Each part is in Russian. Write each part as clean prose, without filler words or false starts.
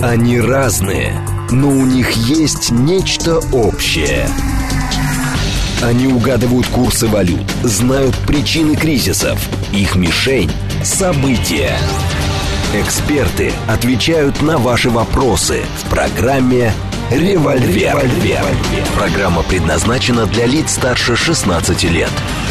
Они разные, но у них есть нечто общее. Они угадывают курсы валют, знают причины кризисов. Их мишень – события. Эксперты отвечают на ваши вопросы в программе «Револьвер». Программа предназначена для лиц старше 16 лет.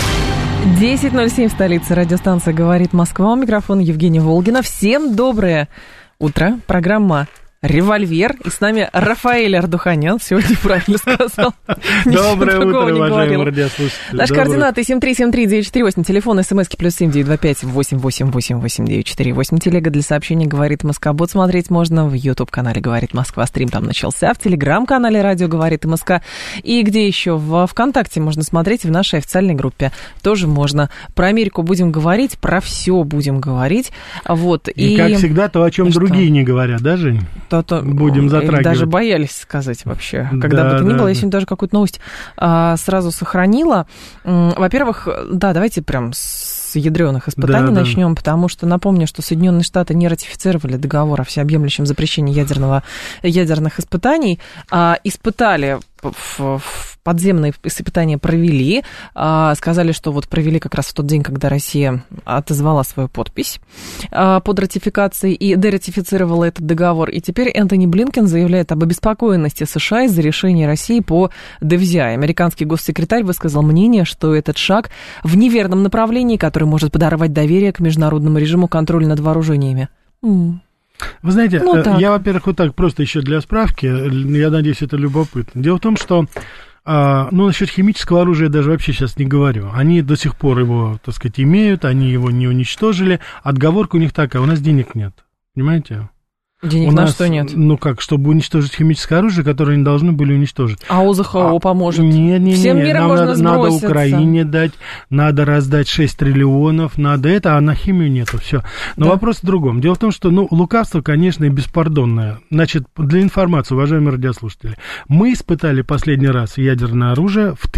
10:07 в столице. Радиостанция «Говорит Москва». У микрофона Евгения Волгина. Всем доброе утро. Программа «Револьвер». И с нами Рафаэль Ардуханян. Сегодня правильно сказал. Доброе утро, уважаемые радиослушатели. Наши координаты 7373948. Телефон, смски +7 925 888 948. Телега для сообщений «Говорит Москва». Бот смотреть можно в YouTube-канале «Говорит Москва». Стрим там начался. В Телеграм-канале «Радио Говорит Москва». И где еще? В ВКонтакте можно смотреть, в нашей официальной группе тоже можно. Про Америку будем говорить, про все будем говорить. Вот. И как всегда, то, о чем другие не говорят, да, Жень? Будем затрагивать. Даже боялись сказать вообще, когда бы то ни было. Я сегодня даже какую-то новость сразу сохранила. Во-первых, давайте прям с ядреных испытаний начнем, потому что напомню, что Соединенные Штаты не ратифицировали договор о всеобъемлющем запрещении ядерных испытаний. Испытали подземные испытания провели, сказали, что вот провели как раз в тот день, когда Россия отозвала свою подпись под ратификацией и дератифицировала этот договор. И теперь Энтони Блинкен заявляет об обеспокоенности США из-за решения России по DVZI. Американский госсекретарь высказал мнение, что этот шаг в неверном направлении, который может подорвать доверие к международному режиму контроля над вооружениями. Вы знаете, я, во-первых, вот так просто еще для справки, я надеюсь, это любопытно. Дело в том, что, насчет химического оружия я даже вообще сейчас не говорю. Они до сих пор его, так сказать, имеют, они его не уничтожили. Отговорка у них такая, у нас денег нет, понимаете? Денег на что нет? Ну как, чтобы уничтожить химическое оружие, которое они должны были уничтожить. А ОЗХО поможет? Нет. Всем миром можно сброситься. Надо Украине дать, надо раздать 6 триллионов, надо это, а на химию нету, все. Но вопрос в другом. Дело в том, что, лукавство, конечно, и беспардонное. Значит, для информации, уважаемые радиослушатели, мы испытали последний раз ядерное оружие в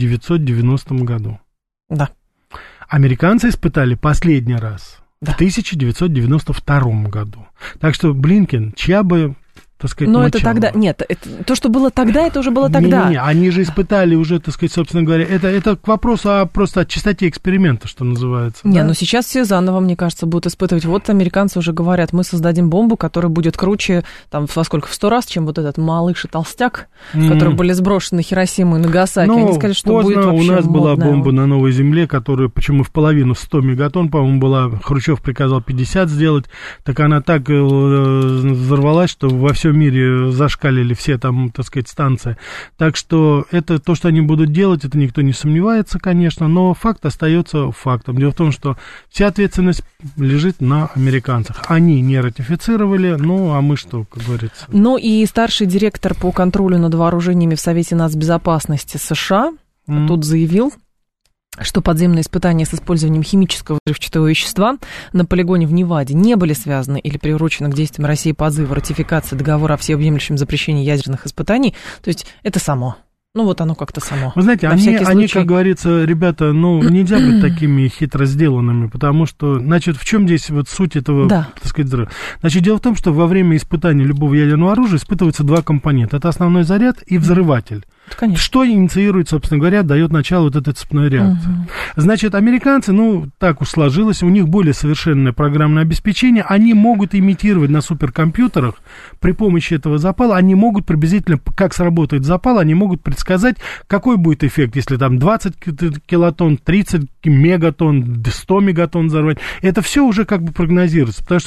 1990 году. Да. Американцы испытали последний раз в 1992 году. Так что, Блинкен, чья бы, так сказать, но это тогда... Нет, то, что было тогда, это уже было тогда. Не, они же испытали уже, так сказать, собственно говоря, это к вопросу просто о чистоте эксперимента, что называется. Не, но сейчас все заново, мне кажется, будут испытывать. Вот американцы уже говорят, мы создадим бомбу, которая будет круче, там, в 100 раз, чем вот этот малыш и толстяк, которые были сброшены на Хиросиму и Нагасаки. Они сказали, что будет вообще у нас была модная бомба на Новой Земле, которая, почему в половину 100 мегатонн, по-моему, была, Хрущев приказал 50 сделать, так она так взорвалась, что во всем мире зашкалили все там, так сказать, станции. Так что это то, что они будут делать, это никто не сомневается, конечно, но факт остается фактом. Дело в том, что вся ответственность лежит на американцах. Они не ратифицировали, а мы что, как говорится. Ну и старший директор по контролю над вооружениями в Совете нацбезопасности США тут заявил, что подземные испытания с использованием химического взрывчатого вещества на полигоне в Неваде не были связаны или приурочены к действиям России по отзыву ратификации договора о всеобъемлющем запрещении ядерных испытаний. То есть это само. Вот оно как-то само. Вы знаете, они, как говорится, ребята, нельзя быть такими хитро сделанными, потому что, значит, в чем здесь вот суть этого, так сказать, взрыва? Значит, дело в том, что во время испытания любого ядерного оружия испытываются два компонента. Это основной заряд и взрыватель. Конечно. Что инициирует, собственно говоря, дает начало вот этой цепной реакции. Значит, американцы, так уж сложилось, у них более совершенное программное обеспечение, они могут имитировать на суперкомпьютерах при помощи этого запала, они могут приблизительно, как сработает запал, они могут предсказать, какой будет эффект, если там 20 килотонн, 30 мегатонн, 100 мегатонн взорвать. Это все уже как бы прогнозируется, потому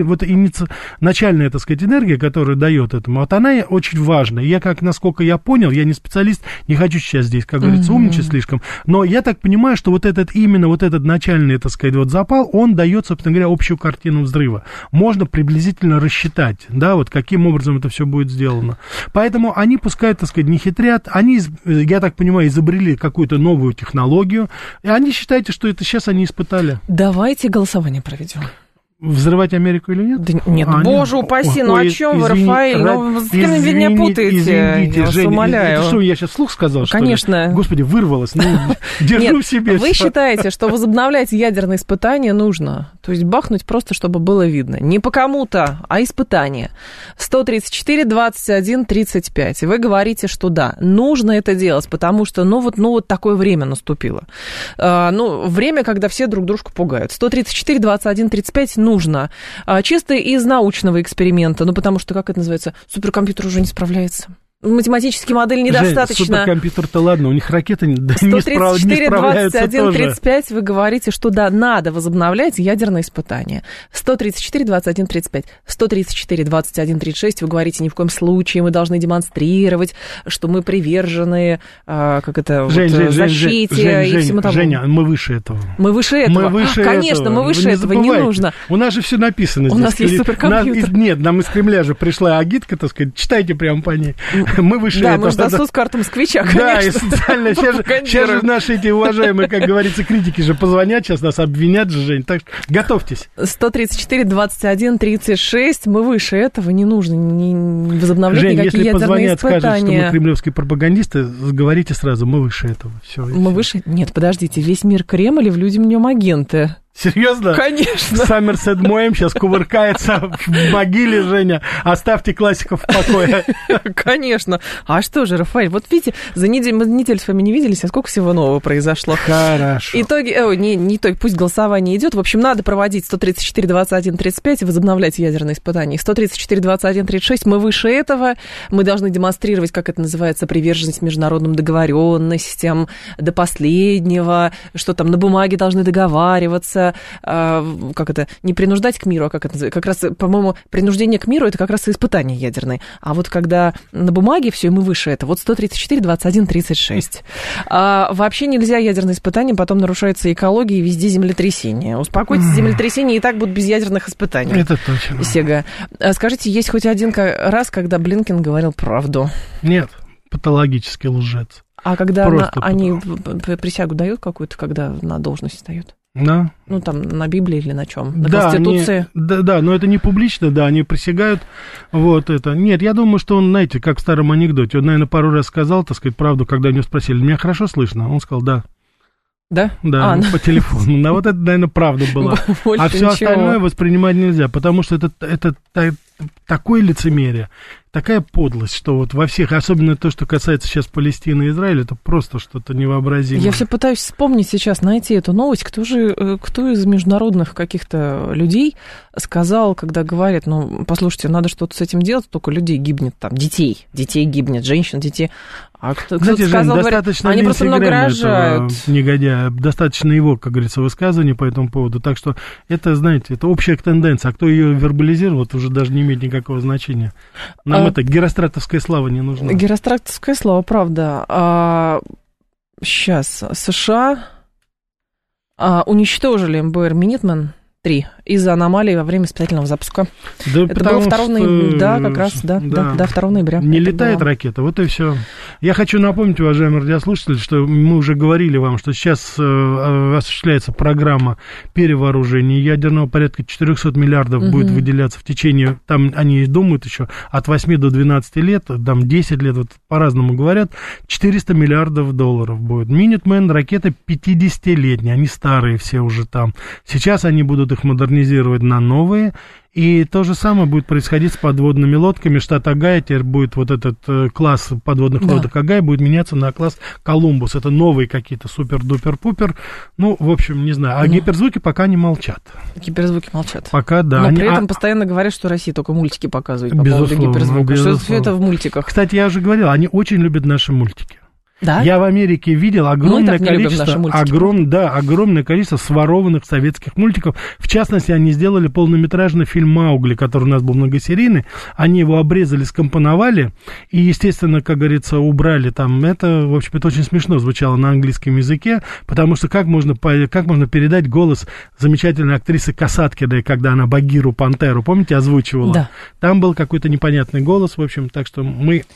что начальная, так сказать, энергия, которая дает этому, вот она очень важна. Насколько я понял, я не специалист, не хочу сейчас здесь, как говорится, умничать слишком, но я так понимаю, что этот начальный, так сказать, запал, он дает, собственно говоря, общую картину взрыва. Можно приблизительно рассчитать, каким образом это все будет сделано. Поэтому они пускай, так сказать, не хитрят, они, я так понимаю, изобрели какую-то новую технологию, и они считают, что это сейчас они испытали. Давайте голосование проведем. Взрывать Америку или нет? Да нет, боже упаси, ну о чем вы, Рафаэль? Ну, с кем вы меня путаете? Извините, я вас Женя, умоляю. Это что, я сейчас вслух сказал, что Конечно. ли? Господи, вырвалось. Ну, держу в себе. Вы считаете, что возобновлять ядерные испытания нужно? То есть бахнуть просто, чтобы было видно. Не по кому-то, а испытание. 134, 21, 35. И вы говорите, что да, нужно это делать, потому что, ну вот такое время наступило. Время, когда все друг дружку пугают. 134, 21, 35 нужно. Чисто из научного эксперимента, потому что, как это называется, суперкомпьютер уже не справляется. Математические модели недостаточно. Жень, суперкомпьютер-то ладно, у них ракеты не 134, справляются 21, тоже. 35, вы говорите, что да, надо возобновлять ядерные испытания. 134, 21, 35, 134, 21, 36, вы говорите, ни в коем случае мы должны демонстрировать, что мы привержены защите и всему тому. Женя, мы выше этого. Мы выше этого. Конечно, мы выше этого, не нужно. У нас же все написано здесь. У нас есть суперкомпьютер. Нет, нам из Кремля же пришла агитка, так сказать, читайте прямо по ней. Мы выше этого. Да, мы же за соцкарту москвича, конечно. Да, и социально. Сейчас же наши эти уважаемые, как говорится, критики же позвонят, сейчас нас обвинят же, Жень. Так что готовьтесь. 134, 21, 36. Мы выше этого, не нужно не возобновлять Жень, никакие если ядерные позвонят, испытания. скажут, что мы кремлевские пропагандисты, говорите сразу, мы выше этого. Все, мы выше? Нет, подождите, весь мир Кремль, и в людям в нем агенты. Серьезно? Конечно. Саммерсет Моэм сейчас кувыркается в могиле, Женя. Оставьте классиков в покое. Конечно. А что же, Рафаэль, вот видите, за неделю с вами не виделись, а сколько всего нового произошло. Хорошо. Итоги, не итоги, пусть голосование идет. В общем, надо проводить 134, 21, 35 и возобновлять ядерные испытания. 134, 21, 36, мы выше этого. Мы должны демонстрировать, как это называется, приверженность международным договоренностям до последнего, что там на бумаге должны договариваться. Не принуждать к миру, а как это называется? Как раз, по-моему, принуждение к миру – это как раз и испытание ядерное. А вот когда на бумаге все, и мы выше это, вот 134, 21, 36. Вообще нельзя ядерные испытания, потом нарушается экология и везде землетрясения. Успокойтесь, землетрясения и так будут без ядерных испытаний. Это точно. Сега. Скажите, есть хоть один раз, когда Блинкен говорил правду? Нет, патологический лжец. А когда они присягу дают какую-то, когда на должность дают? Да. Ну, там, на Библии или на чем? На Конституции? Да, но это не публично, да, они присягают, вот это. Нет, я думаю, что он, знаете, как в старом анекдоте, он, наверное, пару раз сказал, так сказать, правду, когда него спросили, меня хорошо слышно? Он сказал, да. Да? Да, по телефону. Ну, вот это, наверное, правда была. А все остальное воспринимать нельзя, потому что это такое лицемерие, такая подлость, что вот во всех, особенно то, что касается сейчас Палестины и Израиля, это просто что-то невообразимое. Я все пытаюсь вспомнить сейчас, найти эту новость, кто из международных каких-то людей сказал, когда говорят, послушайте, надо что-то с этим делать, только людей гибнет, там, детей гибнет, женщин, детей. А кто-то сказал, Жень, говорит, они просто много рожают. Негодяя, достаточно его, как говорится, высказываний по этому поводу, так что это, знаете, это общая тенденция, а кто ее вербализировал, это уже даже не имеет никакого значения. Нам геростратовская слава не нужна. Геростратовская слава, правда. Сейчас США уничтожили МБР «Минитмен-3» из-за аномалий во время испытательного запуска. Да, это было 2 ноября, да, как раз, да, 2 ноября. Не летает ракета, вот и все. Я хочу напомнить, уважаемые радиослушатели, что мы уже говорили вам, что сейчас осуществляется программа перевооружения ядерного, порядка 400 миллиардов будет выделяться в течение, там они думают еще, от 8 до 12 лет, там 10 лет, вот по-разному говорят, 400 миллиардов долларов будет. Минитмен, ракеты 50-летние, они старые все уже там. Сейчас они будут их модернизировать на новые, и то же самое будет происходить с подводными лодками. Штат Огайо теперь будет вот этот класс подводных лодок Огайо будет меняться на класс Колумбус. Это новые какие-то супер-дупер-пупер. Ну, в общем, не знаю. А гиперзвуки пока не молчат. Гиперзвуки молчат. Пока, да. Но при этом постоянно говорят, что Россия только мультики показывает по поводу гиперзвука. Безусловно. Что все это в мультиках. Кстати, я уже говорил, они очень любят наши мультики. Да? Я в Америке видел огромное количество сворованных советских мультиков. В частности, они сделали полнометражный фильм «Маугли», который у нас был многосерийный. Они его обрезали, скомпоновали и, естественно, как говорится, убрали там. Это, в общем, это очень смешно звучало на английском языке, потому что как можно передать голос замечательной актрисы Касаткиной, когда она Багиру Пантеру, помните, озвучивала? Да. Там был какой-то непонятный голос, в общем, так что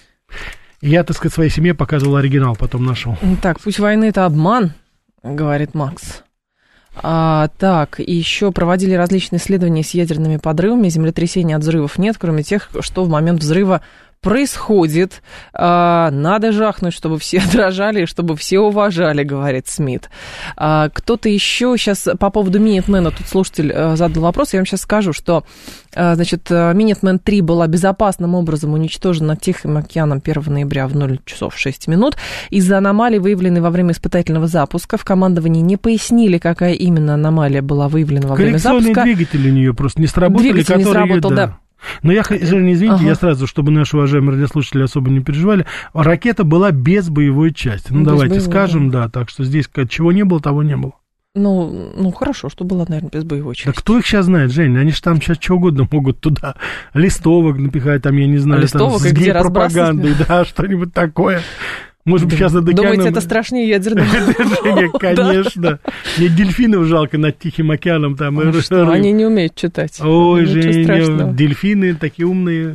я, так сказать, своей семье показывал оригинал, потом нашел. Так, путь войны – это обман, говорит Макс. Так, и еще проводили различные исследования с ядерными подрывами. Землетрясений от взрывов нет, кроме тех, что в момент взрыва происходит. Надо жахнуть, чтобы все дрожали и чтобы все уважали, говорит Смит. Кто-то еще сейчас по поводу Минитмена, тут слушатель задал вопрос, я вам сейчас скажу, что, значит, Минитмен 3 была безопасным образом уничтожена над Тихим океаном 1 ноября в 0 часов 6 минут. Из-за аномалий, выявленной во время испытательного запуска, в командовании не пояснили, какая именно аномалия была выявлена во время запуска. Коррекционные двигатели у нее просто не сработали. Двигатель не сработал, да. Но я, Женя, извините, я сразу, чтобы наши уважаемые радиослушатели особо не переживали, ракета была без боевой части. Ну, давайте скажем, да, так что здесь чего не было, того не было. Ну, хорошо, что была, наверное, без боевой части. Да кто их сейчас знает, Жень? Они же там сейчас чего угодно могут туда. Листовок напихать, там, я не знаю, листовок, там, с гей-пропагандой, да, что-нибудь такое. Может быть, сейчас над океаном... Думаете, это страшнее ядерного? Конечно. Мне дельфинов жалко над Тихим океаном. Там. Они не умеют читать. Ой, Женя, дельфины такие умные.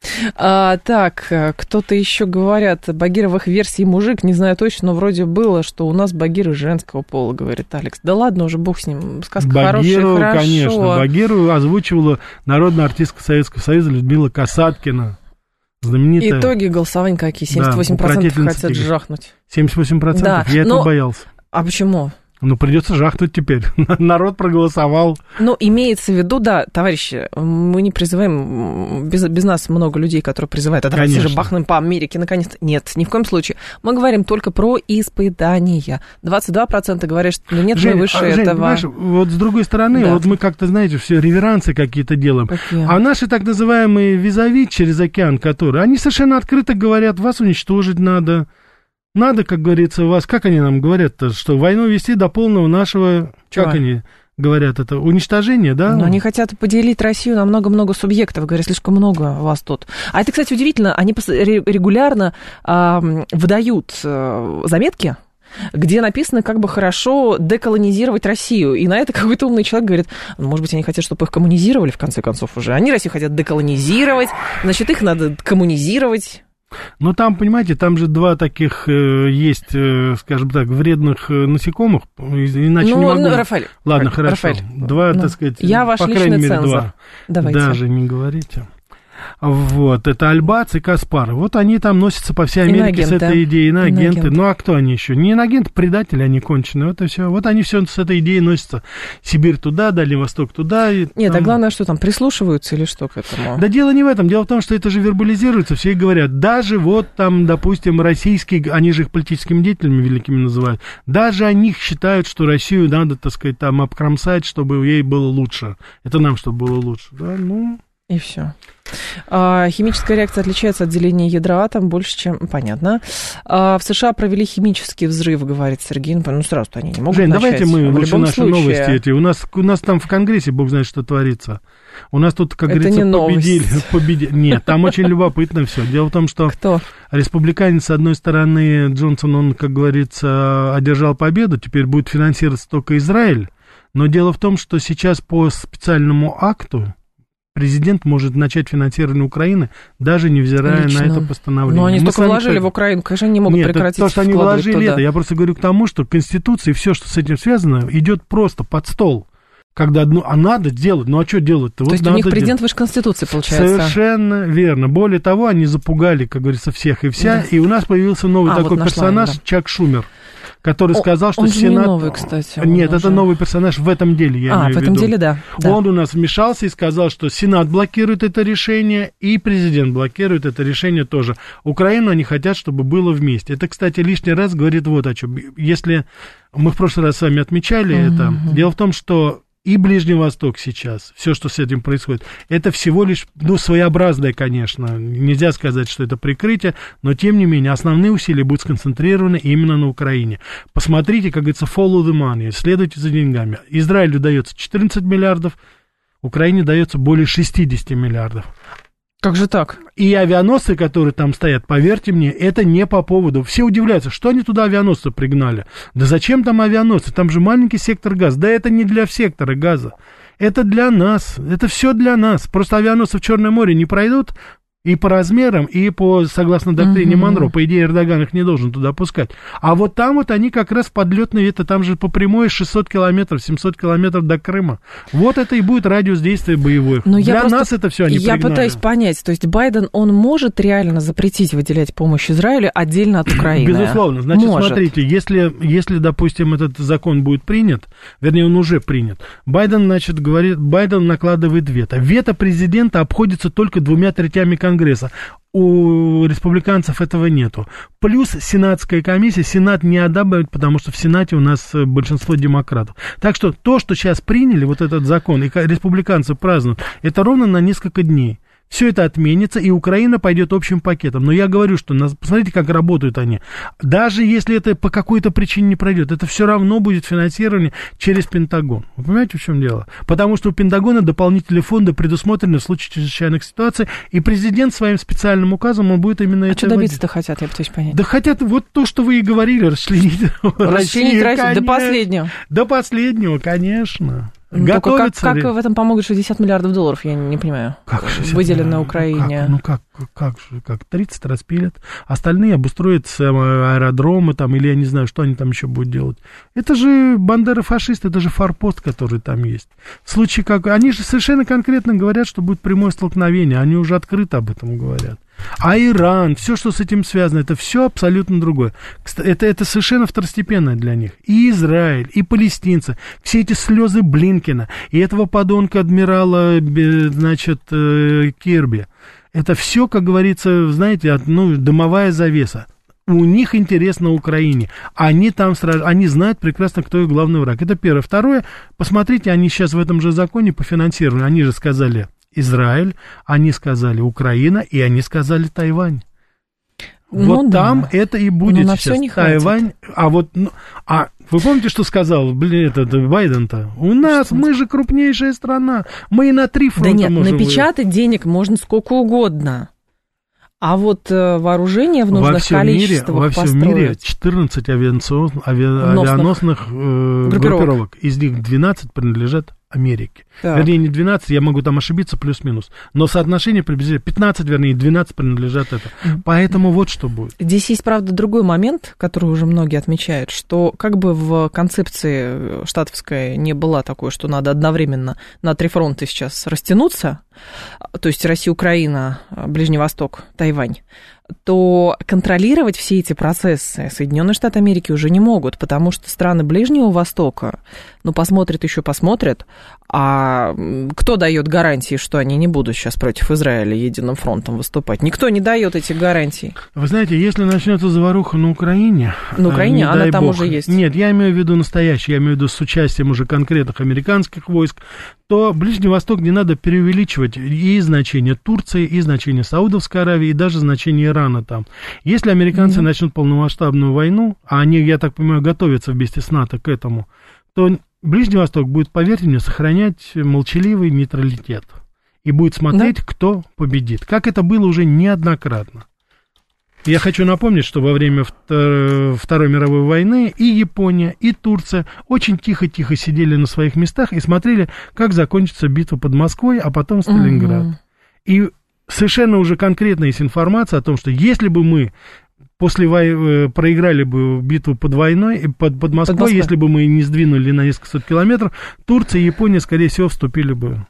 Так, кто-то еще говорят, багировых версий мужик, не знаю точно, но вроде было, что у нас багиры женского пола, говорит Алекс. Да ладно уже, бог с ним, сказка хорошая, хорошо. Конечно, Багиру озвучивала народная артистка Советского Союза Людмила Касаткина. Знаменитая. Итоги голосования какие? 78% хотят жахнуть. 78%? Да, я этого боялся. А почему? Ну, придется жахнуть теперь. Народ проголосовал. Ну, имеется в виду, да, товарищи, мы не призываем, без нас много людей, которые призывают, а давайте же бахнем по Америке, наконец-то. Нет, ни в коем случае. Мы говорим только про испытания. 22% говорят, что ну, нет, Жень, мы выше Жень, этого. Понимаешь, вот с другой стороны, вот мы как-то, знаете, все реверансы какие-то делаем. Какие? А наши так называемые визави через океан, которые, они совершенно открыто говорят, вас уничтожить надо. Надо, как говорится, вас, как они нам говорят-то, что войну вести до полного нашего, как они говорят, это уничтожение, да? Но они хотят поделить Россию на много-много субъектов, говорят, слишком много вас тут. А это, кстати, удивительно, они регулярно выдают заметки, где написано, как бы хорошо деколонизировать Россию. И на это какой-то умный человек говорит, может быть, они хотят, чтобы их коммунизировали, в конце концов, уже. Они Россию хотят деколонизировать, значит, их надо коммунизировать. Ну, там, понимаете, там же два таких есть, скажем так, вредных насекомых, иначе не могу... Рафаэль. Ладно, хорошо. Два, так сказать, я ваш по крайней мере, цензор. два. Давайте. Даже не говорите. Вот, это Альбац и Каспар. Вот они там носятся по всей Америке с этой идеей. Иноагенты. Ну, а кто они еще? Не иноагенты, предатели, они конченые. Вот и все. Вот они все с этой идеей носятся. Сибирь туда, Дальний Восток туда. Нет, а главное, что там, прислушиваются или что к этому? Да дело не в этом. Дело в том, что это же вербализируется. Все говорят, даже вот там, допустим, российские, они же их политическими деятелями великими называют, даже они считают, что Россию надо, так сказать, там обкромсать, чтобы ей было лучше. Это нам, чтобы было лучше. Да, ну... И все. Химическая реакция отличается от деления ядра атом больше, чем... Понятно. В США провели химический взрыв, говорит Сергей. Ну, сразу-то они не могут Жень, начать. давайте мы лучше наши случае... новости эти. У нас там в Конгрессе, бог знает, что творится. У нас тут, как это говорится, победили. Нет, там очень любопытно все. Дело в том, что республиканец, с одной стороны, Джонсон, он, как говорится, одержал победу, теперь будет финансироваться только Израиль. Но дело в том, что сейчас по специальному акту президент может начать финансирование Украины, даже невзирая на это постановление. Но они столько вложили в Украину, конечно, они не могут прекратить. Нет, то, что они вложили туда. это, я просто говорю к тому, что Конституция и все, что с этим связано, идет просто под стол. Когда, а надо делать, ну а что делать-то? То есть у них президент выше Конституции, получается? Совершенно верно. Более того, они запугали, как говорится, всех и вся, и у нас появился новый такой персонаж, Чак Шумер, который сказал, что он Сенат... не новый, кстати. Нет, это новый персонаж в этом деле, я имею в виду. в этом деле, да. Он у нас вмешался и сказал, что Сенат блокирует это решение, и президент блокирует это решение тоже. Украину они хотят, чтобы было вместе. Это, кстати, лишний раз говорит вот о чем. Если мы в прошлый раз с вами отмечали это, дело в том, что и Ближний Восток сейчас, все, что с этим происходит, это всего лишь, своеобразное, конечно, нельзя сказать, что это прикрытие, но, тем не менее, основные усилия будут сконцентрированы именно на Украине. Посмотрите, как говорится, follow the money, следуйте за деньгами. Израилю дается 14 миллиардов, Украине дается более 60 миллиардов. Как же так? И авианосцы, которые там стоят, поверьте мне, это не по поводу. Все удивляются, что они туда авианосцы пригнали. Да зачем там авианосцы? Там же маленький сектор газа. Да это не для сектора газа. Это для нас. Это все для нас. Просто авианосцы в Черное море не пройдут, И по размерам, и согласно доктрине Монро, по идее, Эрдоган их не должен туда пускать. А вот там вот они как раз подлетные, это там же по прямой 600 километров, 700 километров до Крыма. Вот это и будет радиус действия боевой. Для нас это все они пригнали. Я пытаюсь понять, то есть Байден, он может реально запретить выделять помощь Израилю отдельно от Украины? Безусловно. Значит, смотрите, если, допустим, этот закон будет принят, вернее, он уже принят, Байден накладывает вето. Вето президента обходится только 2/3 Конгресса. У республиканцев этого нету. Плюс сенатская комиссия, Сенат не одобряет, потому что в Сенате у нас большинство демократов. Так что то, что сейчас приняли, вот этот закон, и республиканцы празднуют, это ровно на несколько дней. Все это отменится, и Украина пойдет общим пакетом. Но я говорю, что посмотрите, как работают они. Даже если это по какой-то причине не пройдет, это все равно будет финансирование через Пентагон. Вы понимаете, в чем дело? Потому что у Пентагона дополнительные фонды предусмотрены в случае чрезвычайных ситуаций, и президент своим специальным указом, он будет именно это что добиться-то хотят, я пытаюсь понять? Да хотят вот то, что вы и говорили, расчленить Россию до последнего. До последнего, конечно. Только как в этом помогут $60 миллиардов, я не понимаю, выделено Украине. Как 30 распилят, остальные обустроят аэродромы там, или я не знаю, что они там еще будут делать. Это же бандеры-фашисты, это же форпост, который там есть. В случае как... Они же совершенно конкретно говорят, что будет прямое столкновение, они уже открыто об этом говорят. А Иран, все, что с этим связано, это все абсолютно другое. Это совершенно второстепенное для них. И Израиль, и палестинцы, все эти слезы Блинкена, и этого подонка адмирала, значит, Кирби. Это все, как говорится, знаете, дымовая завеса. У них интерес на Украине. Они там они знают прекрасно, кто их главный враг. Это первое. Второе, посмотрите, они сейчас в этом же законе по финансированию, они же сказали Израиль, они сказали Украина, и они сказали Тайвань. Вот там это и будет сейчас. Тайвань. Вы помните, что сказал, Байден-то? У нас, мы же крупнейшая страна. Мы и на 3 фронта можем. Да нет, напечатать денег можно сколько угодно. А вот вооружение в нужных количествах построить. Во всем мире 14 авианосных группировок. Из них 12 принадлежат Америке. Так. Вернее, не 12, я могу там ошибиться, плюс-минус. Но соотношение приблизительно 15, вернее, 12 принадлежат это. Поэтому вот что будет. Здесь есть, правда, другой момент, который уже многие отмечают, что как бы в концепции штатовской не была такой, что надо одновременно на 3 фронта сейчас растянуться, то есть Россия, Украина, Ближний Восток, Тайвань, то контролировать все эти процессы Соединенные Штаты Америки уже не могут, потому что страны Ближнего Востока, посмотрят, а кто дает гарантии, что они не будут сейчас против Израиля единым фронтом выступать? Никто не дает этих гарантий. Вы знаете, если начнется заваруха на Украине... На Украине она там уже есть. Нет, я имею в виду настоящий, я имею в виду с участием уже конкретных американских войск, то Ближний Восток не надо преувеличивать и значение Турции, и значение Саудовской Аравии, и даже значение Ирана там. Если американцы начнут полномасштабную войну, а они, я так понимаю, готовятся вместе с НАТО к этому, то Ближний Восток будет, поверьте мне, сохранять молчаливый нейтралитет. И будет смотреть, кто победит. Как это было уже неоднократно. Я хочу напомнить, что во время Второй мировой войны и Япония, и Турция очень тихо-тихо сидели на своих местах и смотрели, как закончится битва под Москвой, а потом Сталинград. И совершенно уже конкретно есть информация о том, что если бы мы проиграли бы битву под Москвой, если бы мы не сдвинули на несколько сот километров, Турция и Япония, скорее всего, вступили бы.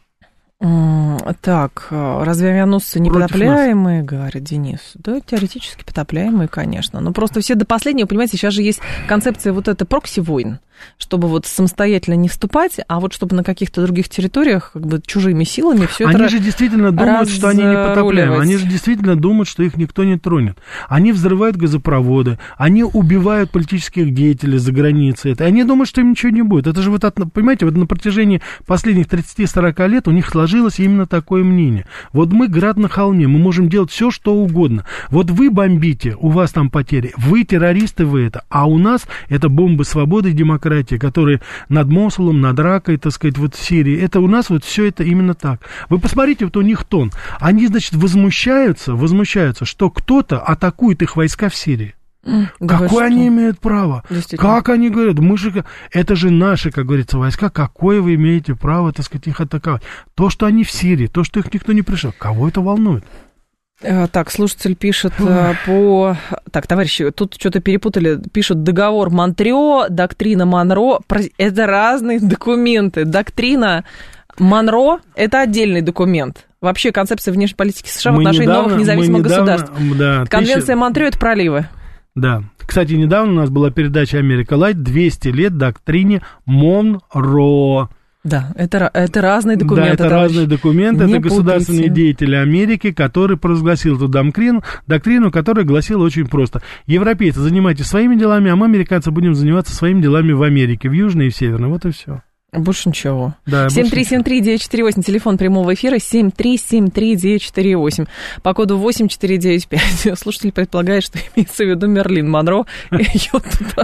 Так, разве авианосцы непотопляемые, говорит Денис? Да, теоретически потопляемые, конечно. Но просто все до последнего, понимаете, сейчас же есть концепция вот этой прокси-войн, чтобы вот самостоятельно не вступать, а вот чтобы на каких-то других территориях как бы чужими силами все это Они же действительно думают, что они непотопляемые. Они же действительно думают, что их никто не тронет. Они взрывают газопроводы, они убивают политических деятелей за границей. Они думают, что им ничего не будет. Это же вот, понимаете, вот на протяжении последних 30-40 лет у них сложилось именно такое мнение. Вот мы град на холме, мы можем делать все, что угодно. Вот вы бомбите, у вас там потери, вы террористы, вы это, а у нас это бомбы свободы и демократии, которые над Мосулом, над Ракой, так сказать, вот в Сирии. Это у нас вот все это именно так. Вы посмотрите, вот у них тон. Они, значит, возмущаются, что кто-то атакует их войска в Сирии. Какое они имеют право? Как они говорят? Это же наши, как говорится, войска. Какое вы имеете право, так сказать, их атаковать? То, что они в Сирии, то, что их никто не пришел. Кого это волнует? Так, слушатель пишет по... Так, товарищи, тут что-то перепутали. Пишут договор Монтрео, доктрина Монро. Это разные документы. Доктрина Монро – это отдельный документ. Вообще концепция внешней политики США в отношении новых независимых государств. Да, Конвенция Монтрео – это проливы. Да. Кстати, недавно у нас была передача «Америка Лайт», 200 лет доктрине Монро. Да, это разные документы. Да, это разные документы. Это государственные деятели Америки, который провозгласил эту доктрину, которая гласила очень просто. Европейцы, занимайтесь своими делами, а мы, американцы, будем заниматься своими делами в Америке, в Южной и в Северной. Вот и все. Больше ничего. Да, 7373948, телефон прямого эфира, 7373948, по коду 8495. Слушатель предполагает, что имеется в виду Мерлин Монро и ее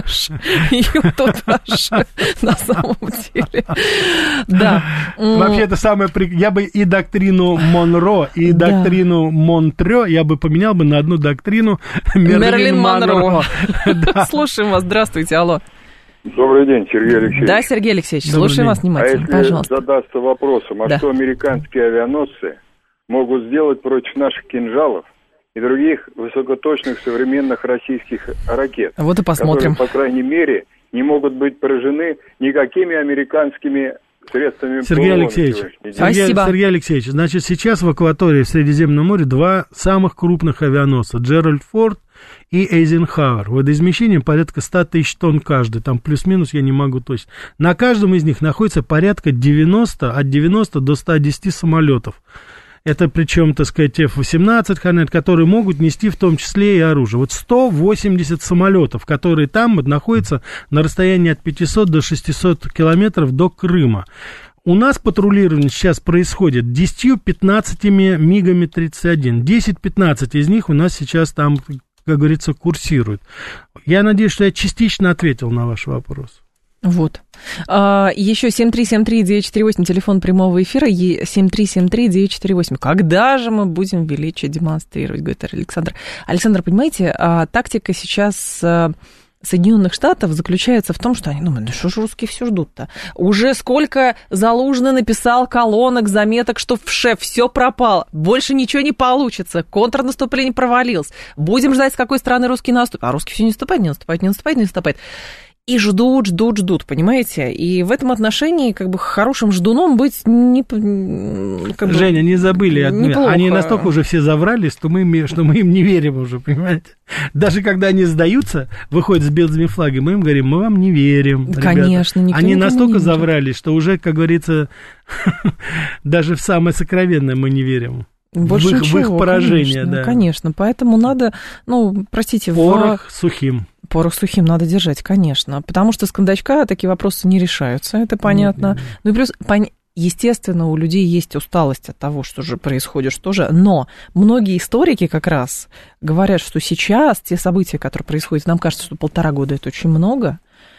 тутаж на самом деле. Да. Вообще, это самое... Я бы и доктрину Монро, и доктрину Монтрео я бы поменял бы на одну доктрину Мерлин Монро. Слушаем вас. Здравствуйте, алло. Добрый день, Сергей Алексеевич. Да, Сергей Алексеевич, слушаем вас внимательно, пожалуйста. Задастся вопросом, что американские авианосцы могут сделать против наших кинжалов и других высокоточных современных российских ракет, вот и посмотрим. Которые, по крайней мере, не могут быть поражены никакими американскими средствами Сергей Алексеевич, спасибо. Сергей Алексеевич, значит, сейчас в акватории в Средиземном море два самых крупных авианосца, Джеральд Форд и Эйзенхауэр. Водоизмещением порядка 100 тысяч тонн каждый, там плюс-минус я не могу точно. На каждом из них находится порядка от 90 до 110 самолетов. Это причем, так сказать, F-18, которые могут нести в том числе и оружие. Вот 180 самолетов, которые там находятся на расстоянии от 500 до 600 километров до Крыма. У нас патрулирование сейчас происходит 10-15 МиГами 31. 10-15 из них у нас сейчас там, как говорится, курсируют. Я надеюсь, что я частично ответил на ваш вопрос. Вот. Еще 7373948, телефон прямого эфира, 7373948. Когда же мы будем величие демонстрировать, говорит Александр. Александр, понимаете, тактика сейчас Соединенных Штатов заключается в том, что они думают, что ж русские все ждут-то. Уже сколько Залужный написал колонок, заметок, что все пропало, больше ничего не получится, контрнаступление провалилось. Будем ждать, с какой стороны русские наступят. А русские все не наступают. И ждут, понимаете? И в этом отношении, как бы, хорошим ждуном быть не... Женя, не забыли. Неплохо. Они настолько уже все заврались, что мы им не верим уже, понимаете? Даже когда они сдаются, выходят с белыми флагами, мы им говорим, мы вам не верим, конечно, ребята. Они настолько заврались, что уже, как говорится, даже в самое сокровенное мы не верим. Больше в их поражение, конечно, да. Конечно, поэтому надо, простите... Порох сухим. Порох сухим надо держать, конечно, потому что с кондачка такие вопросы не решаются, это понятно. Ну и плюс, естественно, у людей есть усталость от того, что же происходит, но многие историки как раз говорят, что сейчас те события, которые происходят, нам кажется, что 1,5 года это очень много,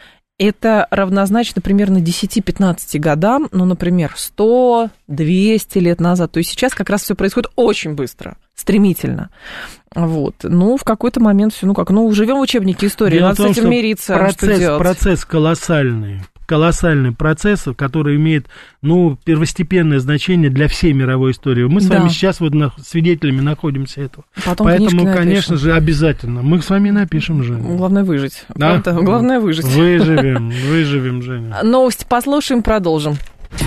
это равнозначно примерно 10-15 годам, например, 100-200 лет назад. То есть сейчас как раз все происходит очень быстро, стремительно. Вот. В какой-то момент все, живем в учебнике истории, надо с этим мириться. Процесс колоссальный процесс, который имеет, первостепенное значение для всей мировой истории. Мы с вами сейчас свидетелями находимся этого. Поэтому, конечно же, обязательно. Мы с вами напишем, Женя. Главное выжить. Да? Главное выжить. Выживем, Женя. Новости послушаем, продолжим.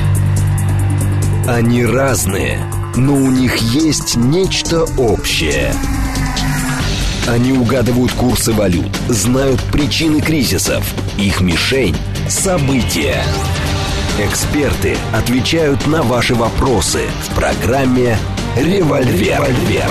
Они разные, но у них есть нечто общее. Они угадывают курсы валют, знают причины кризисов, их мишень – события. Эксперты отвечают на ваши вопросы в программе «Револьвер».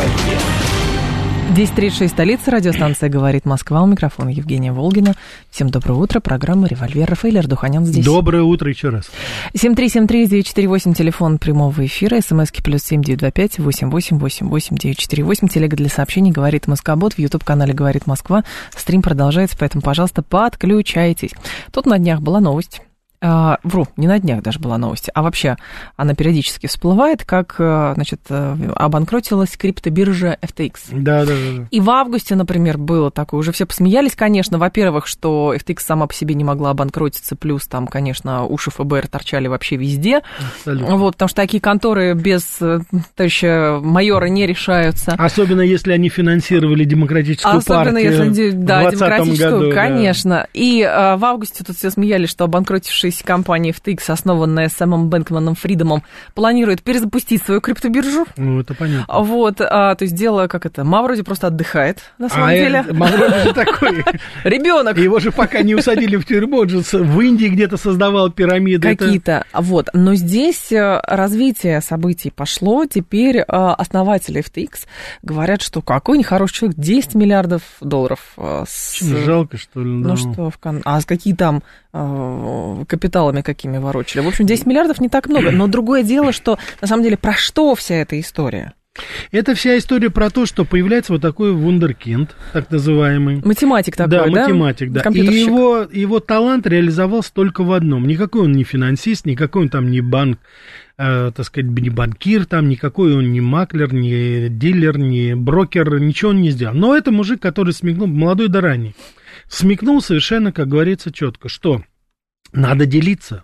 10:36, столица, радиостанция «Говорит Москва», у микрофона Евгения Волгина. Всем доброе утро, программа «Револьвер». Рафаэль Ардуханян здесь. Доброе утро еще раз. 7373948, телефон прямого эфира, смски +7 925 8888 948, телега для сообщений «Говорит Москва-бот», в YouTube-канале «Говорит Москва». Стрим продолжается, поэтому, пожалуйста, подключайтесь. Тут на днях была новость Вру, не на днях даже была новость, а вообще она периодически всплывает, как, значит, обанкротилась криптобиржа FTX. Да. И в августе, например, было такое, уже все посмеялись, конечно, во-первых, что FTX сама по себе не могла обанкротиться, плюс там, конечно, уши ФБР торчали вообще везде. Абсолютно. Вот, потому что такие конторы без товарища майора не решаются. Особенно, если они финансировали демократическую партию если, да, демократическую, году, конечно. Да. И в августе тут все смеялись, что обанкротившаяся компания FTX, основанная Сэмом Бэнкманом-Фридомом, планирует перезапустить свою криптобиржу. Ну, это понятно. Вот, то есть дело, как это, Ма вроде просто отдыхает, на самом деле. Ма вроде же такой. Ребенок. Его же пока не усадили в тюрьму, он же в Индии где-то создавал пирамиды. Какие-то, вот. Но здесь развитие событий пошло, теперь основатели FTX говорят, что какой нехороший человек, 10 миллиардов долларов. Жалко, что ли? Ну что, а какие там капиталами какими ворочали? В общем, 10 миллиардов не так много, но другое дело, что на самом деле про что вся эта история? Это вся история про то, что появляется вот такой вундеркинд, так называемый. Математик такой, да? Математик, да. И его талант реализовался только в одном. Никакой он не финансист, никакой он там не банк, так сказать, не банкир, там, никакой он не маклер, не дилер, не брокер, ничего он не сделал. Но это мужик, который смекнул, молодой да ранний, смекнул совершенно, как говорится, четко, что надо делиться.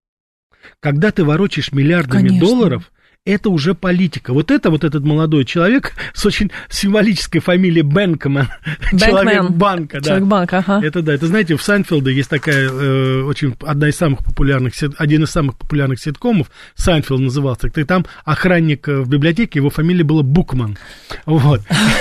Когда ты ворочаешь миллиардами долларов, это уже политика. Вот этот молодой человек с очень символической фамилией Бэнкман, человек банка, да. Человек банка, ага. Это да. Это, знаете, в Сайнфелде есть такая один из самых популярных ситкомов, Сайнфелд назывался. И там охранник в библиотеке, его фамилия была Букман. Вот.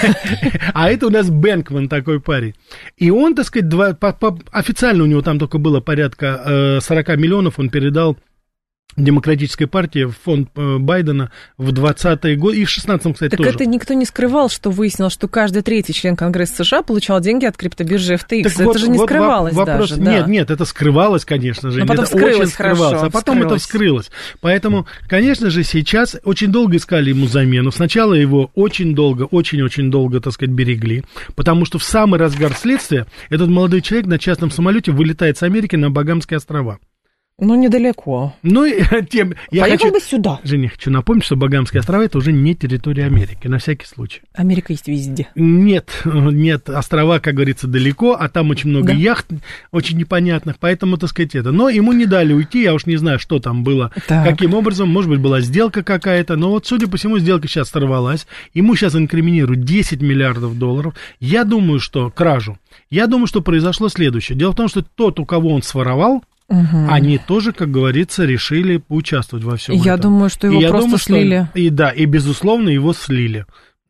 А это у нас Бэнкман такой парень. И он, так сказать, официально у него там только было порядка 40 миллионов, он передал Демократической партии в фонд Байдена в 20-е годы и в 16-м, кстати, тоже. Так это никто не скрывал, что выяснилось, что каждый третий член Конгресса США получал деньги от криптобиржи FTX. Так это вот, же не скрывалось вопрос, даже. Да. Нет, это скрывалось, конечно же. Но потом это очень скрывалось, а потом это вскрылось. Поэтому, конечно же, сейчас очень долго искали ему замену. Сначала его очень очень долго, так сказать, берегли, потому что в самый разгар следствия этот молодой человек на частном самолете вылетает с Америки на Багамские острова. Ну, недалеко. Ну, поехал бы сюда. Женя, хочу напомнить, что Багамские острова — это уже не территория Америки, на всякий случай. Америка есть везде. Нет, острова, как говорится, далеко, а там очень много яхт, очень непонятных, поэтому, так сказать, это. Но ему не дали уйти, я уж не знаю, что там было, каким образом, может быть, была сделка какая-то, но вот, судя по всему, сделка сейчас сорвалась, ему сейчас инкриминируют 10 миллиардов долларов, я думаю, что кражу, я думаю, что произошло следующее. Дело в том, что тот, у кого он своровал, они тоже, как говорится, решили поучаствовать во всем этом. Я думаю, что его просто слили. И, безусловно, его слили.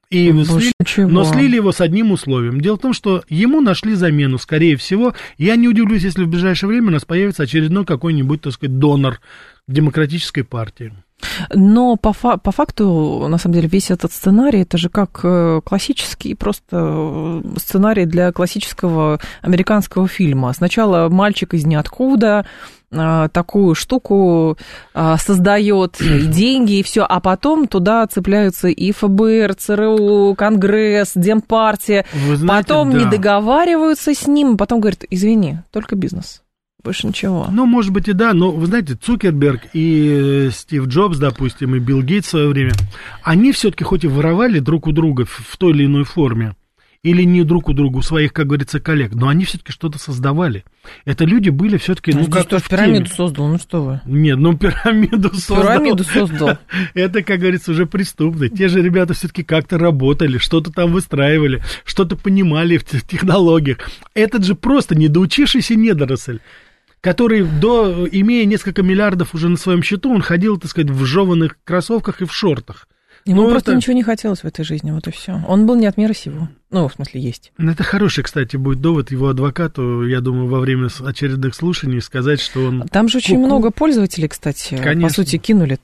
Но слили его с одним условием. Дело в том, что ему нашли замену, скорее всего. Я не удивлюсь, если в ближайшее время у нас появится очередной какой-нибудь, так сказать, донор Демократической партии. Но по факту, на самом деле, весь этот сценарий, это же как классический просто сценарий для классического американского фильма. Сначала мальчик из ниоткуда такую штуку создает, деньги и все, а потом туда цепляются и ФБР, ЦРУ, Конгресс, Демпартия. Потом не договариваются с ним, потом говорят: извини, только бизнес. Больше ничего. Ну, может быть, и да, но, вы знаете, Цукерберг и Стив Джобс, допустим, и Билл Гейтс в свое время, они все-таки хоть и воровали друг у друга в той или иной форме, или не друг у друга, у своих, как говорится, коллег, но они все-таки что-то создавали. Это люди были все-таки, как-то в пирамиду создал, ну что вы? Нет, пирамиду создал. Это, как говорится, уже преступно. Те же ребята все-таки как-то работали, что-то там выстраивали, что-то понимали в технологиях. Этот же просто недоучившийся недоросль, который, имея несколько миллиардов уже на своем счету, он ходил, так сказать, в жеванных кроссовках и в шортах. Ему просто ничего не хотелось в этой жизни, вот и все. Он был не от мира сего. Ну, в смысле, есть. Это хороший, кстати, будет довод его адвокату, я думаю, во время очередных слушаний сказать, что он... Там же очень много пользователей, кстати, конечно. По сути, кинули-то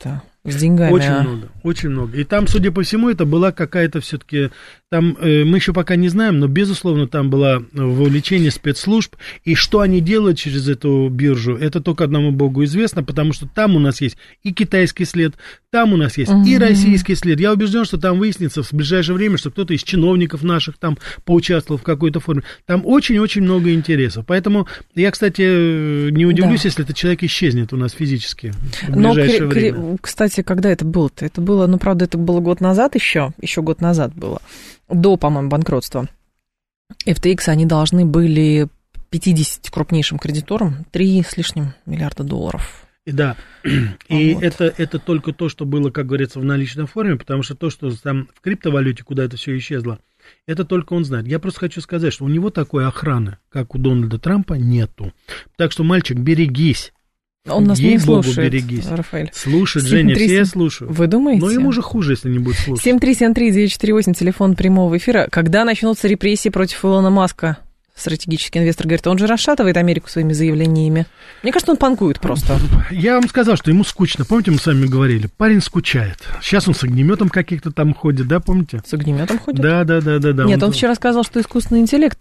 С деньгами. Очень много. И там, судя по всему, это была какая-то все-таки... Там мы еще пока не знаем, но, безусловно, там было вовлечение спецслужб. И что они делают через эту биржу, это только одному богу известно, потому что там у нас есть и китайский след, там у нас есть и российский след. Я убежден, что там выяснится в ближайшее время, что кто-то из чиновников наших там поучаствовал в какой-то форме. Там очень-очень много интересов. Поэтому я, кстати, не удивлюсь, если этот человек исчезнет у нас физически в ближайшее время. Кстати, когда это было-то? Это было, ну, правда, это было год назад еще год назад было. До, по-моему, банкротства FTX они должны были 50 крупнейшим кредиторам 3 с лишним миллиарда долларов. Да, и вот. это только то, что было, как говорится, в наличной форме, потому что то, что там в криптовалюте, куда это все исчезло, это только он знает. Я просто хочу сказать, что у него такой охраны, как у Дональда Трампа, нету. Так что, мальчик, берегись. Он нас не слушает, берегись. Рафаэль. Слушает, Женя, все слушают. Вы думаете? Но ему же хуже, если не будет слушать. 7373948, телефон прямого эфира. Когда начнутся репрессии против Илона Маска? Стратегический инвестор говорит, он же расшатывает Америку своими заявлениями. Мне кажется, он панкует просто. Я вам сказал, что ему скучно. Помните, мы с вами говорили? Парень скучает. Сейчас он с огнеметом каких-то там ходит, да, помните? С огнеметом ходит? Да. Нет, он вчера сказал, что искусственный интеллект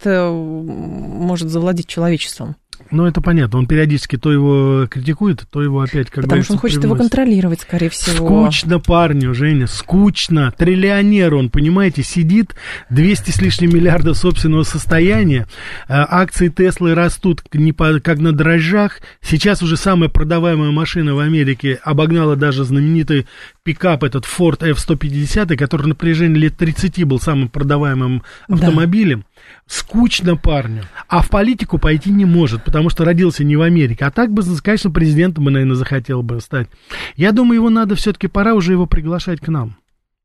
может завладеть человечеством. Ну, это понятно. Он периодически то его критикует, то его опять, как потому что он хочет привносит. Его контролировать, скорее всего. Скучно парню, Женя, скучно. Триллионер он, понимаете, сидит, 200 с лишним миллиардов собственного состояния, акции Теслы растут как на дрожжах. Сейчас уже самая продаваемая машина в Америке обогнала даже знаменитый пикап, этот Ford F-150, который на протяжении лет 30 был самым продаваемым автомобилем. Да. Скучно парню. А в политику пойти не может, потому что родился не в Америке. А так бы, конечно, президентом бы, наверное, захотел бы стать. Я думаю, его надо все-таки, пора уже его приглашать к нам.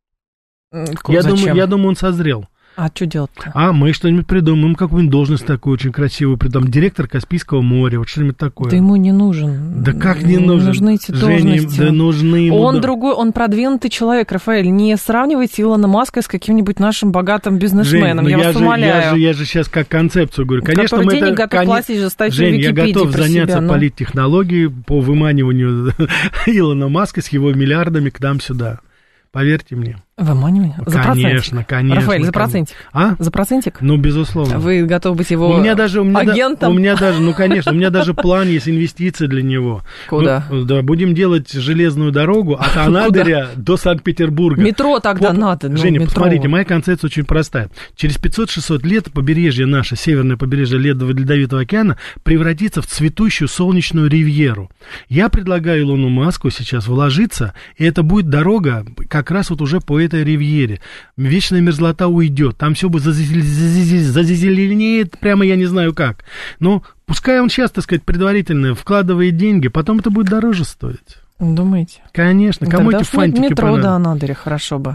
Я думаю, он созрел. А что делать-то? А мы что-нибудь придумаем, какую-нибудь должность такую очень красивую, придумаем. Директор Каспийского моря, вот что-нибудь такое. Да ему не нужен. Да как не нужен? Нужны эти Женя, должности. да нужны ему. Он другой, он продвинутый человек, Рафаэль. Не сравнивайте Илона Маска с каким-нибудь нашим богатым бизнесменом, Жень, я вас умоляю. Я же сейчас как концепцию говорю. Конечно, который денег готов платить за статью в Википедии. Жень, я готов заняться политтехнологией по выманиванию Илона Маска с его миллиардами к нам сюда. Поверьте мне. Выманивание? За конечно. Рафаэль, за процентик? А? За процентик? Ну, безусловно. Вы готовы быть его агентом? У меня даже план есть, инвестиции для него. Куда? Да, будем делать железную дорогу от Анадыря до Санкт-Петербурга. Метро тогда надо. Женя, посмотрите, моя концепция очень простая. Через 500-600 лет побережье наше, северное побережье Ледовитого океана, превратится в цветущую солнечную ривьеру. Я предлагаю Илону Маску сейчас вложиться, и это будет дорога как раз вот уже по этой ривьере. Вечная мерзлота уйдет. Там все будет зазеленеет, прямо я не знаю как. Но пускай он сейчас, так сказать, предварительно вкладывает деньги, потом это будет дороже стоить. Думаете? Конечно. Кому эти фантики метро до Анадыря хорошо бы.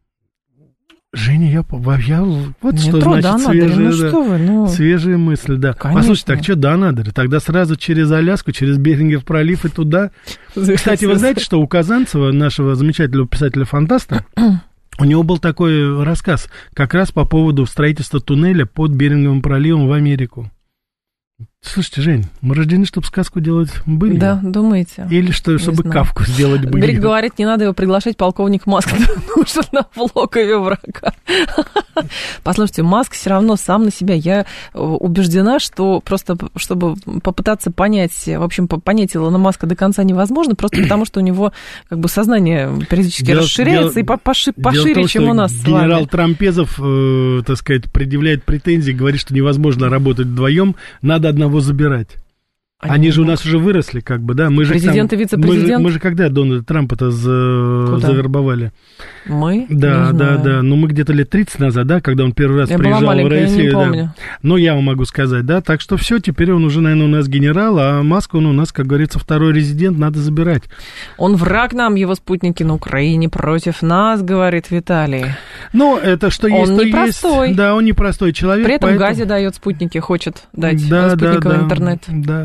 Женя, я вот метро, что значит свежие мысли, да. Конечно. Послушайте, так что до Анадыря? Тогда сразу через Аляску, через Берингов пролив и туда. Кстати, вы знаете, что у Казанцева, нашего замечательного писателя-фантаста, у него был такой рассказ как раз по поводу строительства туннеля под Беринговым проливом в Америку. Слушайте, Жень, мы рождены, чтобы сказку делать были. Да, думаете? Или чтобы Кавку сделать были. Грик говорит, не надо его приглашать, полковник Маск нужен на логове врага. Послушайте, Маск все равно сам на себя. Я убеждена, что просто, чтобы попытаться понять, в общем, понять Илона Маска до конца невозможно, просто потому, что у него как бы сознание периодически расширяется и пошире, чем у нас с вами. Генерал Трампезов, так сказать, предъявляет претензии, говорит, что невозможно работать вдвоем, надо одного забирать. Они же у нас уже выросли, как бы, да? Президент и вице-президент? Мы же когда Дональда Трампа-то завербовали? Мы? Да. Ну, мы где-то лет 30 назад, да, когда он первый раз приезжал в Россию. Я не помню. Да. Ну, я вам могу сказать, да. Так что все, теперь он уже, наверное, у нас генерал, а Маск, он у нас, как говорится, второй резидент, надо забирать. Он враг нам, его спутники на Украине против нас, говорит Виталий. Ну, это что есть, то есть. Да, он непростой человек. При этом Газе дает спутники, хочет дать спутниковый интернет. Да.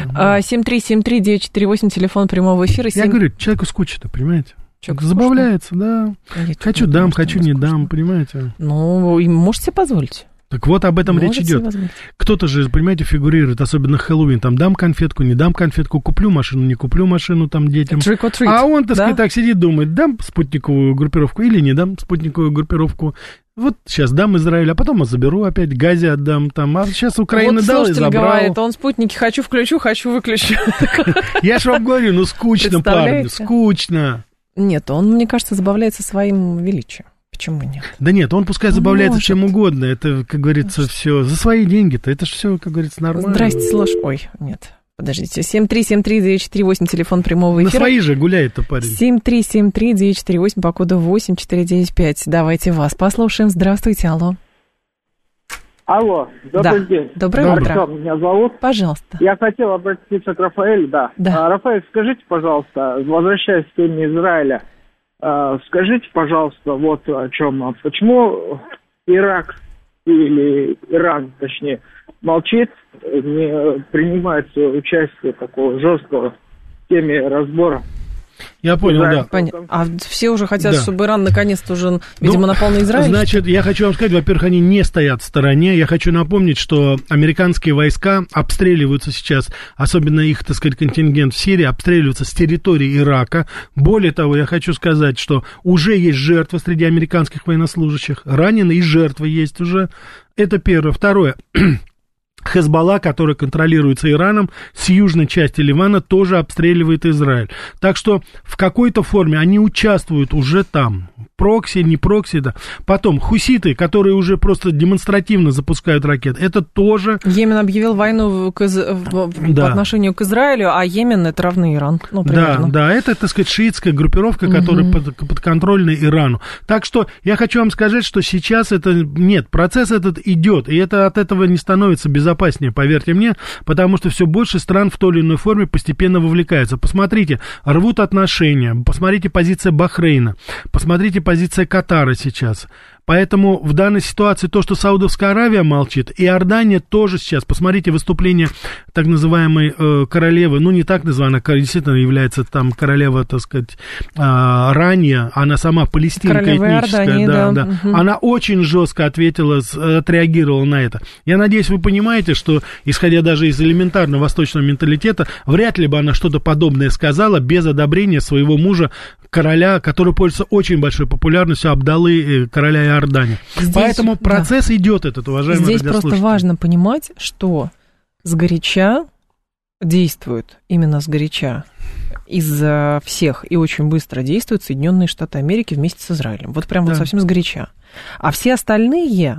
7373948, телефон прямого эфира. Я говорю, человеку скучно, понимаете? Человек забавляется, да. Хочу дам, хочу не дам, понимаете? Ну, можете себе позволить. Так вот, об этом речь идет. Кто-то же, понимаете, фигурирует, особенно Хэллоуин, там, дам конфетку, не дам конфетку, куплю машину, не куплю машину, там, детям. А он, так сказать, так сидит, думает, дам спутниковую группировку или не дам спутниковую группировку. Вот сейчас дам Израиль, а потом заберу опять, Газе отдам, там, а сейчас Украина дала и забрал. Говорит, он спутники хочу включу, хочу выключу. Я же вам говорю, скучно, парни, скучно. Нет, он, мне кажется, забавляется своим величием. Почему нет? Да нет, он пускай забавляется чем угодно. Это, как говорится, все за свои деньги-то. Это же все, как говорится, нормально. Здрасте, слушай. Ой, нет. Подождите. 7373948, телефон прямого эфира. На свои же гуляет-то парень. 7373948 по коду 8495. Давайте вас послушаем. Здравствуйте, алло. Алло, добрый день. Доброе утро. Артем меня зовут. Пожалуйста. Я хотел обратиться к Рафаэлю, да. Рафаэль, скажите, пожалуйста, возвращаясь к теме Израиля, скажите, пожалуйста, вот о чем. Почему Ирак или Иран, точнее, молчит, не принимает участие такого жесткого в теме разбора? Я понял, да. Понятно. А все уже хотят, чтобы Иран наконец-то уже, видимо, напал на Израиль? Значит, я хочу вам сказать, во-первых, они не стоят в стороне. Я хочу напомнить, что американские войска обстреливаются сейчас, особенно их, так сказать, контингент в Сирии, обстреливаются с территории Ирака. Более того, я хочу сказать, что уже есть жертвы среди американских военнослужащих, раненые и жертвы есть уже. Это первое. Второе. Хезболла, который контролируется Ираном, с южной части Ливана тоже обстреливает Израиль. Так что в какой-то форме они участвуют уже там. Прокси, не прокси, да. Потом хуситы, которые уже просто демонстративно запускают ракеты, это тоже... Yемен объявил войну по отношению к Израилю, а Йемен это равный Иран. Ну, да, это, так сказать, шиитская группировка, которая подконтрольна Ирану. Так что я хочу вам сказать, что сейчас это... Нет, процесс этот идет, и это от этого не становится безопаснее, поверьте мне, потому что все больше стран в той или иной форме постепенно вовлекаются. Посмотрите, рвут отношения, посмотрите позиция Бахрейна, посмотрите позиция Катара сейчас. Поэтому в данной ситуации то, что Саудовская Аравия молчит, и Иордания тоже сейчас. Посмотрите выступление так называемой королевы, ну не так называемая, действительно является там королева, так сказать, ранее, она сама палестинка королева этническая. Иордании, да. Угу. Она очень жестко отреагировала на это. Я надеюсь, вы понимаете, что, исходя даже из элементарного восточного менталитета, вряд ли бы она что-то подобное сказала без одобрения своего мужа, короля, который пользуется очень большой популярностью, Абдаллы, короля Иордании. Поэтому процесс идет этот, уважаемые радиослушатели. Здесь просто важно понимать, что сгоряча действуют, именно сгоряча, из всех и очень быстро действуют Соединенные Штаты Америки вместе с Израилем. Вот прям вот совсем сгоряча. А все остальные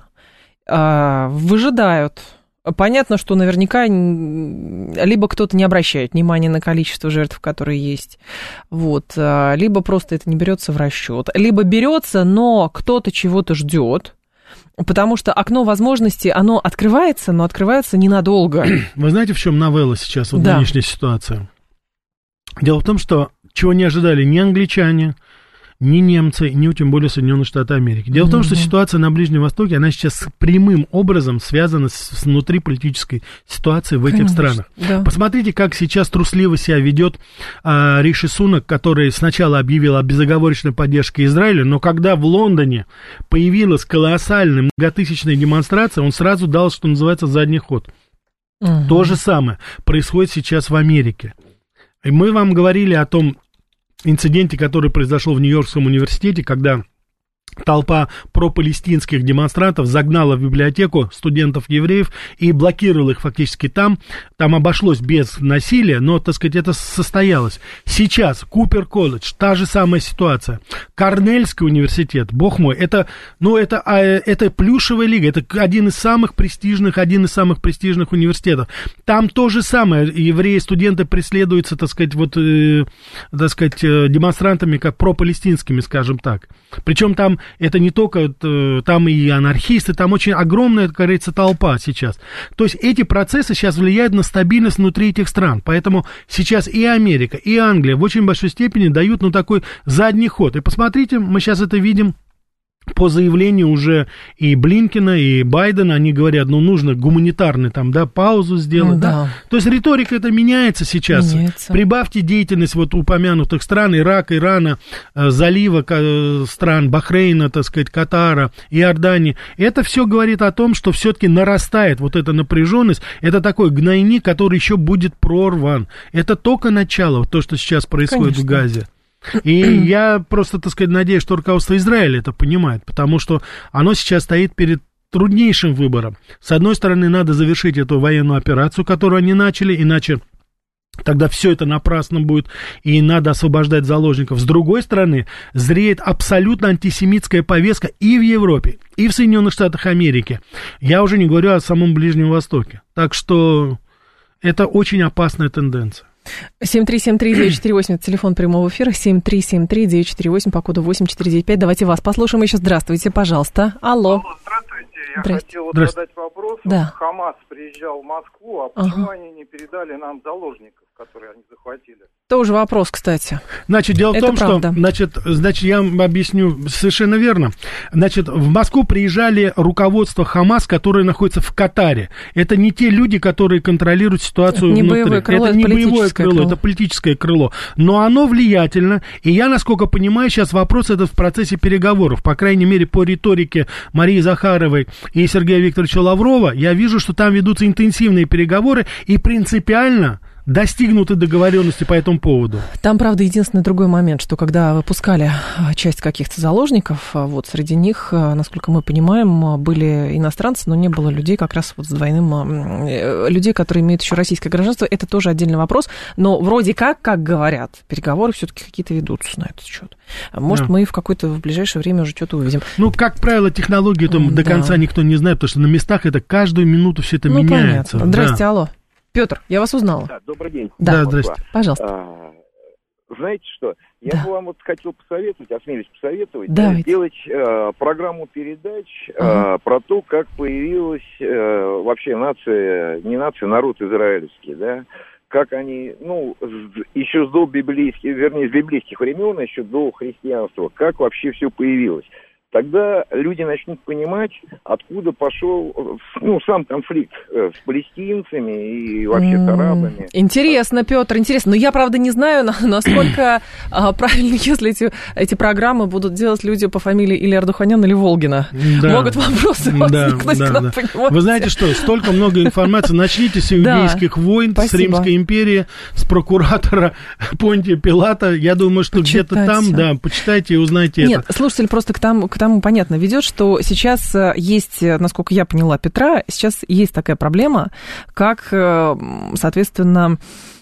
выжидают. Понятно, что наверняка либо кто-то не обращает внимания на количество жертв, которые есть, вот, либо просто это не берется в расчет, либо берется, но кто-то чего-то ждет, потому что окно возможностей, оно открывается, но открывается ненадолго. Вы знаете, в чем новелла сейчас, вот нынешняя ситуация? Дело в том, что чего не ожидали ни англичане, ни немцы, ни тем более Соединенные Штаты Америки. Дело в том, что ситуация на Ближнем Востоке, она сейчас прямым образом связана с внутриполитической ситуацией в этих странах. Да. Посмотрите, как сейчас трусливо себя ведет Риши Сунак, который сначала объявил о безоговорочной поддержке Израиля, но когда в Лондоне появилась колоссальная многотысячная демонстрация, он сразу дал, что называется, задний ход. То же самое происходит сейчас в Америке. И мы вам говорили о том инциденте, который произошел в Нью-Йоркском университете, когда толпа пропалестинских демонстрантов загнала в библиотеку студентов-евреев и блокировала их фактически там. Там обошлось без насилия, но, так сказать, это состоялось. Сейчас Купер-колледж, та же самая ситуация. Корнельский университет, бог мой, это плюшевая лига, это один из самых престижных университетов. Там то же самое. Евреи-студенты преследуются, демонстрантами, как пропалестинскими, скажем так. Причем там это не только, там и анархисты, там очень огромная, как говорится, толпа сейчас. То есть эти процессы сейчас влияют на стабильность внутри этих стран. Поэтому сейчас и Америка, и Англия в очень большой степени дают, такой задний ход. И посмотрите, мы сейчас это видим по заявлению уже и Блинкена, и Байдена, они говорят, ну, нужно гуманитарную там, да, паузу сделать, да. То есть риторика это меняется сейчас. Прибавьте деятельность вот упомянутых стран, Ирака, Ирана, залива стран, Бахрейна, так сказать, Катара, Иордании. Это все говорит о том, что все-таки нарастает вот эта напряженность. Это такой гнойник, который еще будет прорван. Это только начало, вот то, что сейчас происходит в Газе. И я просто, так сказать, надеюсь, что руководство Израиля это понимает, потому что оно сейчас стоит перед труднейшим выбором. С одной стороны, надо завершить эту военную операцию, которую они начали, иначе тогда все это напрасно будет, и надо освобождать заложников. С другой стороны, зреет абсолютно антисемитская повестка и в Европе, и в Соединенных Штатах Америки. Я уже не говорю о самом Ближнем Востоке. Так что это очень опасная тенденция. 7373948, это телефон прямого эфира, 7373948, по коду 8495. Давайте вас послушаем еще. Здравствуйте, пожалуйста. Алло. Здравствуйте. Я хотел задать вопрос. Да. ХАМАС приезжал в Москву, а почему они не передали нам заложников, которые они захватили? Тоже вопрос, кстати. Значит, дело в том, что, значит, я вам объясню совершенно верно. Значит, в Москву приезжали руководство ХАМАС, которое находится в Катаре. Это не те люди, которые контролируют ситуацию внутри. Это не боевое крыло, это политическое крыло. Но оно влиятельно, и я, насколько понимаю, сейчас вопрос этот в процессе переговоров. По крайней мере, по риторике Марии Захаровой и Сергея Викторовича Лаврова, я вижу, что там ведутся интенсивные переговоры, и принципиально достигнуты договоренности по этому поводу. Там, правда, единственный другой момент, что когда выпускали часть каких-то заложников, вот среди них, насколько мы понимаем, были иностранцы, но не было людей как раз вот с двойным... людей, которые имеют еще российское гражданство. Это тоже отдельный вопрос, но вроде как говорят, переговоры все-таки какие-то ведутся на этот счет. Может, мы в ближайшее время уже что-то увидим. Ну, как правило, технологию там до конца никто не знает, потому что на местах это каждую минуту все это меняется. Понятно. Здрасте, алло. Петр, я вас узнала. Да, добрый день. Да, здрасте. Пожалуйста. Знаете что, я бы вам вот хотел посоветовать, осмелюсь посоветовать, сделать программу передач про то, как появилась вообще народ израильский, да, как они, еще с библейских времен, еще до христианства, как вообще все появилось. Тогда люди начнут понимать, откуда пошел, сам конфликт с палестинцами и вообще с арабами. Интересно, Петр, интересно. Но я, правда, не знаю, насколько правильно, если эти программы будут делать люди по фамилии или Ардуханян, или Волгина. Да. Могут вопросы возникнуть. Да. Вы знаете что, столько много информации. Начните с иудейских войн, с Римской империи, с прокуратора Понтия Пилата. Я думаю, что где-то там, почитайте и узнайте это. Нет, слушатель просто к тому понятно ведет, что сейчас есть, насколько я поняла Петра, сейчас есть такая проблема, как, соответственно,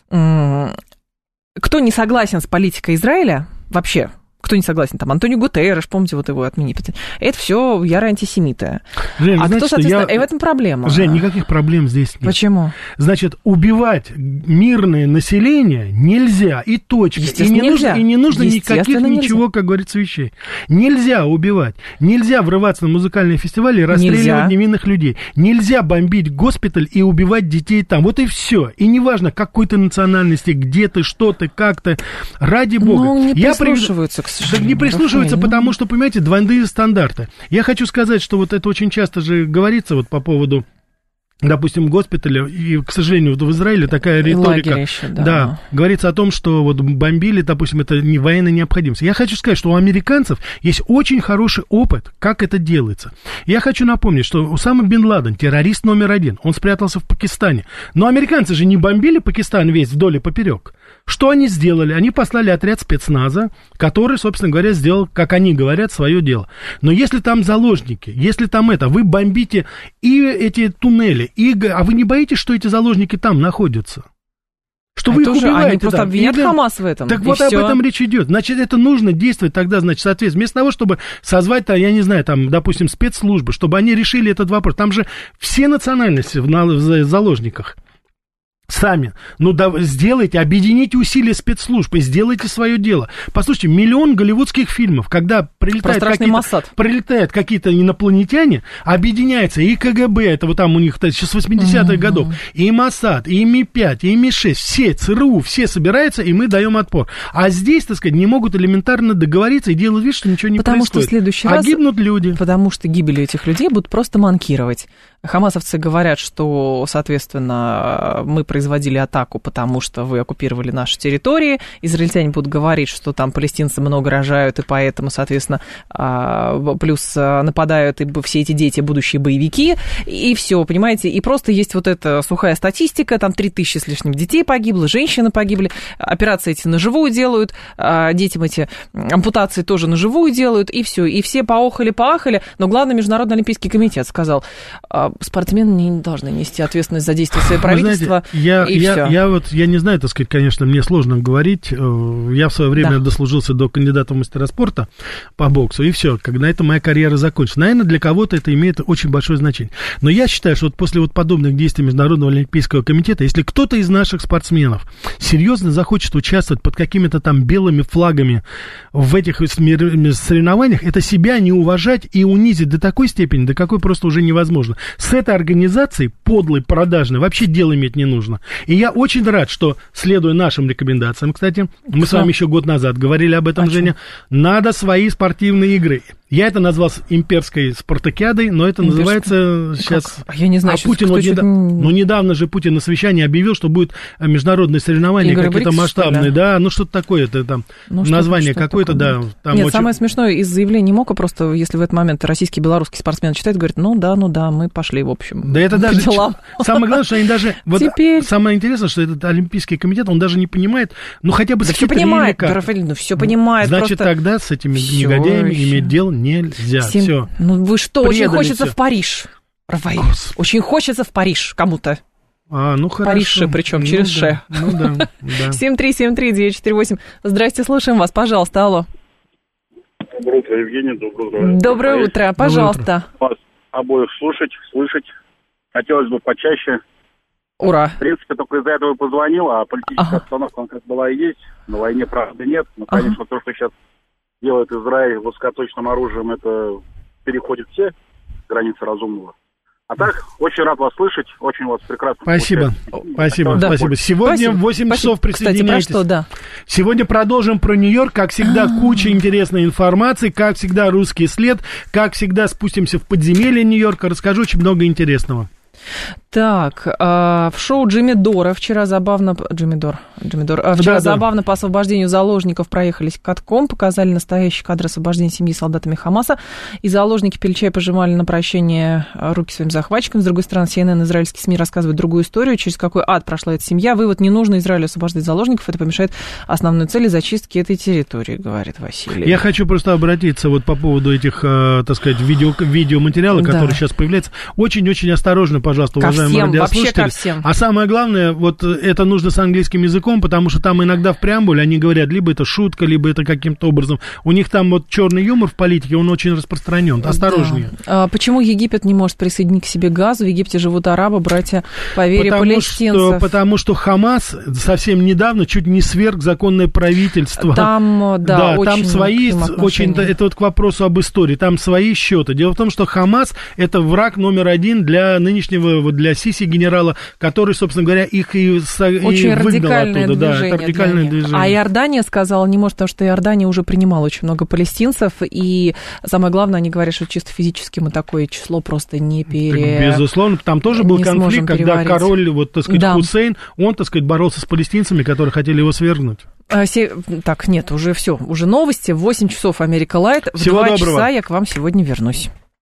кто не согласен с политикой Израиля вообще, кто не согласен, там, Антонио Гутерреш, помните, вот его отменили. Это все ярые антисемиты. Жень, кто, соответственно, и в этом проблема. Жень, никаких проблем здесь нет. Почему? Значит, убивать мирное население нельзя, и точка. И не нужно никаких ничего, как говорится, вещей. Нельзя убивать. Нельзя врываться на музыкальные фестивали и расстреливать невинных людей. Нельзя бомбить госпиталь и убивать детей там. Вот и все. И неважно, какой ты национальности, где ты, что ты, как ты. Ради бога. Не прислушиваются, Так не прислушиваются, потому что, понимаете, двойные стандарты. Я хочу сказать, что вот это очень часто же говорится вот по поводу, допустим, госпиталя, и, к сожалению, в Израиле такая риторика. Еще, да. Говорится о том, что вот бомбили, допустим, это не военная необходимость. Я хочу сказать, что у американцев есть очень хороший опыт, как это делается. Я хочу напомнить, что Усама бен Ладен, террорист номер 1, он спрятался в Пакистане. Но американцы же не бомбили Пакистан весь вдоль и поперек. Что они сделали? Они послали отряд спецназа, который, собственно говоря, сделал, как они говорят, свое дело. Но если там заложники, если там вы бомбите и эти туннели, а вы не боитесь, что эти заложники там находятся? Что вы их убиваете? Они просто обвинят ХАМАС в этом. Так вот об этом речь идет. Значит, это нужно действовать тогда, значит, соответственно, вместо того, чтобы созвать, я не знаю, там, допустим, спецслужбы, чтобы они решили этот вопрос. Там же все национальности в заложниках. Сами. Ну, да, сделайте, объедините усилия спецслужб и сделайте свое дело. Послушайте, миллион голливудских фильмов, когда прилетают какие-то инопланетяне, объединяется и КГБ, это вот там у них еще с 80-х годов, и Моссад, и Ми-5, и Ми-6, все, ЦРУ, все собираются, и мы даем отпор. А здесь, так сказать, не могут элементарно договориться и делают вид, что ничего не происходит. Потому что в следующий раз... гибнут люди. Потому что гибелью этих людей будут просто манкировать. Хамасовцы говорят, что, соответственно, мы производили атаку, потому что вы оккупировали наши территории. Израильтяне будут говорить, что там палестинцы много рожают, и поэтому, соответственно, плюс нападают и все эти дети, будущие боевики, и все, понимаете? И просто есть вот эта сухая статистика, там 3000 с лишним детей погибло, женщины погибли, операции эти наживую делают, детям эти ампутации тоже наживую делают, и все. И все поохали-поахали, но главное, Международный Олимпийский комитет сказал... спортсмены не должны нести ответственность за действия своего правительства. Знаете, я не знаю, так сказать, конечно, мне сложно говорить. Я в свое время дослужился до кандидата в мастера спорта по боксу, и все, когда это моя карьера закончится. Наверное, для кого-то это имеет очень большое значение. Но я считаю, что вот после вот подобных действий Международного Олимпийского комитета, если кто-то из наших спортсменов серьезно захочет участвовать под какими-то там белыми флагами в этих соревнованиях, это себя не уважать и унизить до такой степени, до какой просто уже невозможно. С этой организацией подлой, продажной, вообще дело иметь не нужно. И я очень рад, что, следуя нашим рекомендациям, кстати, мы с вами еще год назад говорили об этом, Женя, надо свои спортивные игры. Я это назвал имперской спартакиадой, но это называется сейчас... Я не знаю, Путин недавно же Путин на совещании объявил, что будет международные соревнования какие-то масштабные, да, ну что-то такое, это там название какое-то, да. Там нет, самое смешное из заявлений МОКа, просто если в этот момент российский, белорусский спортсмен читает, говорит, ну да, мы пошли, в общем, да это даже... Самое главное, что они даже... Самое интересное, что этот Олимпийский комитет, он даже не понимает, ну хотя бы схитрили как. Все понимает. Значит, тогда с этими негодяями иметь дело нельзя. Все. Ну вы что, очень хочется в Париж, Рафаэль. Очень хочется в Париж кому-то. Ну хорошо. Париж, причем через Ше. Ну да. 7373948. Здрасте, слушаем вас, пожалуйста, алло. Доброе утро, Евгений, доброе утро. Доброе утро, пожалуйста. Вас обоих слышать. Хотелось бы почаще. Ура. В принципе, только из-за этого и позвонил, а политическая обстановка, как была и есть. На войне правды нет. Но, конечно, то, что сейчас делает Израиль высокоточным оружием, это переходит все границы разумного. А так, очень рад вас слышать, очень у вас прекрасно. Спасибо. Сегодня в 8 часов присоединяйтесь. Кстати, про что, да. Сегодня продолжим про Нью-Йорк. Как всегда, куча интересной информации. Как всегда, русский след. Как всегда, спустимся в подземелье Нью-Йорка. Расскажу очень много интересного. Так, в шоу Джимми Дора вчера забавно... забавно по освобождению заложников проехались катком, показали настоящий кадр освобождения семьи солдатами Хамаса, и заложники пили чай, пожимали на прощение руки своим захватчикам. С другой стороны, CNN, израильские СМИ, рассказывают другую историю, через какой ад прошла эта семья. Вывод: не нужно Израилю освобождать заложников, это помешает основной цели зачистки этой территории, говорит Василий. Я хочу просто обратиться вот по поводу этих, так сказать, видеоматериалов, которые сейчас появляются. Очень-очень осторожно, пожалуйста, уважаемые радиослушатели. Вообще ко всем. А самое главное, вот это нужно с английским языком, потому что там иногда в преамбуле они говорят, либо это шутка, либо это каким-то образом. У них там вот черный юмор в политике, он очень распространен. Осторожнее. Да. Почему Египет не может присоединить к себе Газу? В Египте живут арабы, братья по вере палестинцев. Потому что Хамас совсем недавно чуть не сверг законное правительство. Там, там свои, это вот к вопросу об истории, там свои счеты. Дело в том, что Хамас это враг номер один для нынешнего, для Сиси генерала, который, собственно говоря, их и выгнал оттуда. Да, это радикальное движение. А Иордания сказала, не может, потому что Иордания уже принимала очень много палестинцев, и самое главное, они говорят, что чисто физически мы такое число просто не Безусловно, там тоже был конфликт, когда король, вот, так сказать, Хусейн, он, так сказать, боролся с палестинцами, которые хотели его свергнуть. Так, нет, уже все, уже новости, в 8 часов Америка Лайт, в 2 часа я к вам сегодня вернусь.